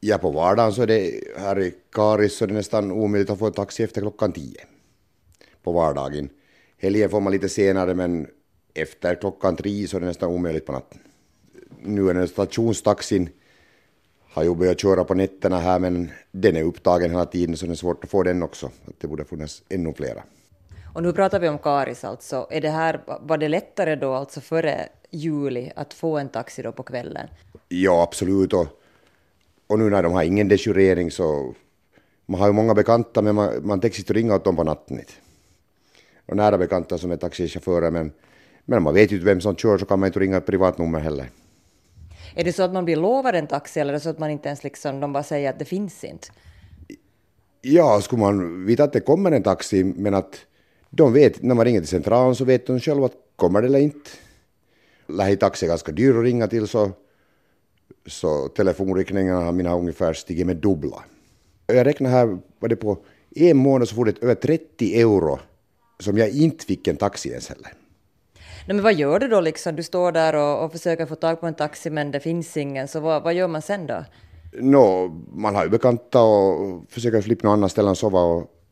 Ja, på vardagen så är det här i Karis så är det nästan omöjligt att få en taxi efter klockan 10 på vardagen. Helgen får man lite senare, men efter klockan 3 så är det nästan omöjligt på natten. Nu är den stationstaxin, har ju börjat köra på nätterna här, men den är upptagen hela tiden så det är svårt att få den också. Det borde finnas ännu flera. Och nu pratar vi om Karis alltså. Var det lättare då alltså före juli att få en taxi då på kvällen? Ja, absolut. Och nu när de har ingen deschurering så man har ju många bekanta, men man täcks inte ringa åt dem på natten. Och nära bekanta som är taxichaufförer, men man vet ju inte vem som kör, så kan man inte ringa ett privatnummer heller. Är det så att man blir lovad en taxi eller är det så att man inte ens liksom, de bara säger att det finns inte? Ja, skulle man veta att det kommer en taxi, men att de vet, när man ringer till centralen så vet de själva att kommer det eller inte. Lähi taxi är ganska dyr att ringa till, så telefonräkningarna har mina ungefär stigit med dubbla. Jag räknar här, var det på en månad så får det över 30 euro som jag inte fick en taxi ens heller. Nej, men vad gör du då liksom? Du står där och försöker få tag på en taxi men det finns ingen, så vad gör man sen då? Man har ju bekanta och försöker flippa någon annan ställe än sova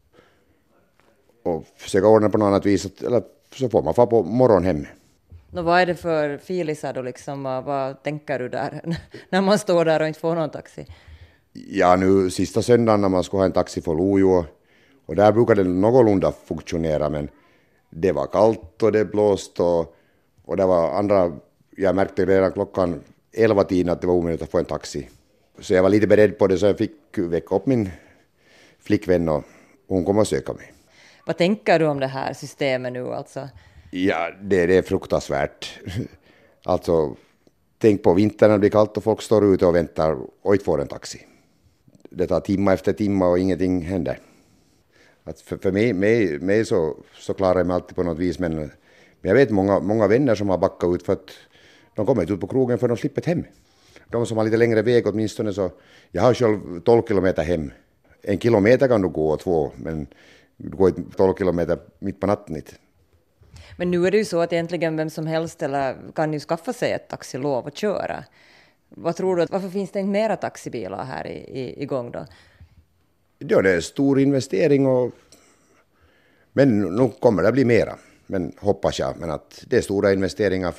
och försöka ordna på något annat vis, eller så får man få på morgon hem. Vad är det för filisar då liksom? Vad tänker du där när man står där och inte får någon taxi? Ja, nu sista söndagen när man skulle ha en taxi för Lojo och där brukar det någorlunda funktionera, men det var kallt och det blåst och det var andra, jag märkte redan klockan 11-tiden att det var omöjligt att få en taxi. Så jag var lite beredd på det, så jag fick väcka upp min flickvän och hon kom och söka mig. Vad tänker du om det här systemet nu alltså? Ja, det är fruktansvärt. Alltså, tänk på vintern när det blir kallt och folk står ute och väntar och inte får en taxi. Det tar timma efter timma och ingenting händer. Att för mig så klarar jag mig alltid på något vis, men jag vet många vänner som har backat ut för att de kommer inte ut på krogen för de slipper hem. De som har lite längre väg åtminstone, så jag har själv 12 kilometer hem. 1 kilometer kan du gå och 2, men du går 12 kilometer mitt på natten inte. Men nu är det ju så att egentligen vem som helst kan ju skaffa sig ett taxilov och köra. Vad tror du, varför finns det inte mera taxibilar här igång då? Ja, det är en stor investering, men nu kommer det bli mera. Men hoppas jag, men att det är stora investeringar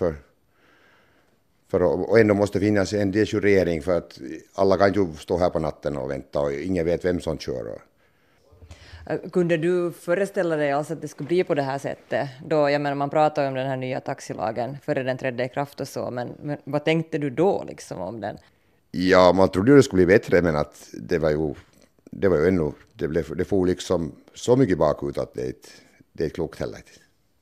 och ändå måste finnas en deschurering, för att alla kan ju stå här på natten och vänta och ingen vet vem som kör. Kunde du föreställa dig alltså att det skulle bli på det här sättet? Då, jag menar, man pratar om den här nya taxilagen före den trädde i kraft och så, men vad tänkte du då liksom om den? Ja, man trodde det skulle bli bättre, men att det var ju ännu, det får liksom så mycket bakut att det är inte klokt heller.